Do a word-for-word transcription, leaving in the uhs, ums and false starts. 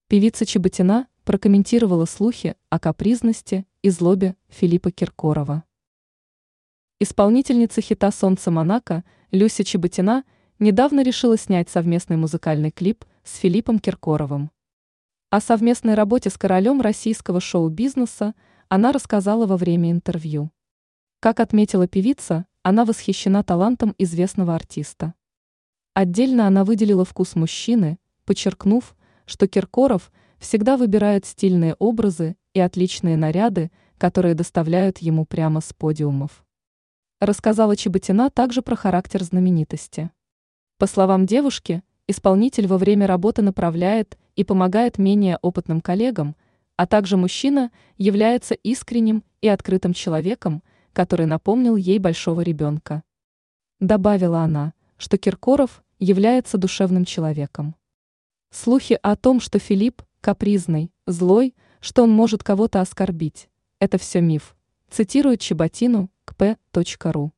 Певица Чеботина прокомментировала слухи о капризности и злобе Филиппа Киркорова. Исполнительница хита «Солнце Монако» Люся Чеботина недавно решила снять совместный музыкальный клип с Филиппом Киркоровым. О совместной работе с королем российского шоу-бизнеса она рассказала во время интервью. Как отметила певица, она восхищена талантом известного артиста. Отдельно она выделила вкус мужчины, подчеркнув, что Киркоров всегда выбирает стильные образы и отличные наряды, которые доставляют ему прямо с подиумов. Рассказала Чеботина также про характер знаменитости. По словам девушки, исполнитель во время работы направляет и помогает менее опытным коллегам, а также мужчина является искренним и открытым человеком, который напомнил ей большого ребенка. Добавила она, что Киркоров является душевным человеком. Слухи о том, что Филипп капризный, злой, что он может кого-то оскорбить, это все миф, цитирует Чеботину ка пэ точка ру.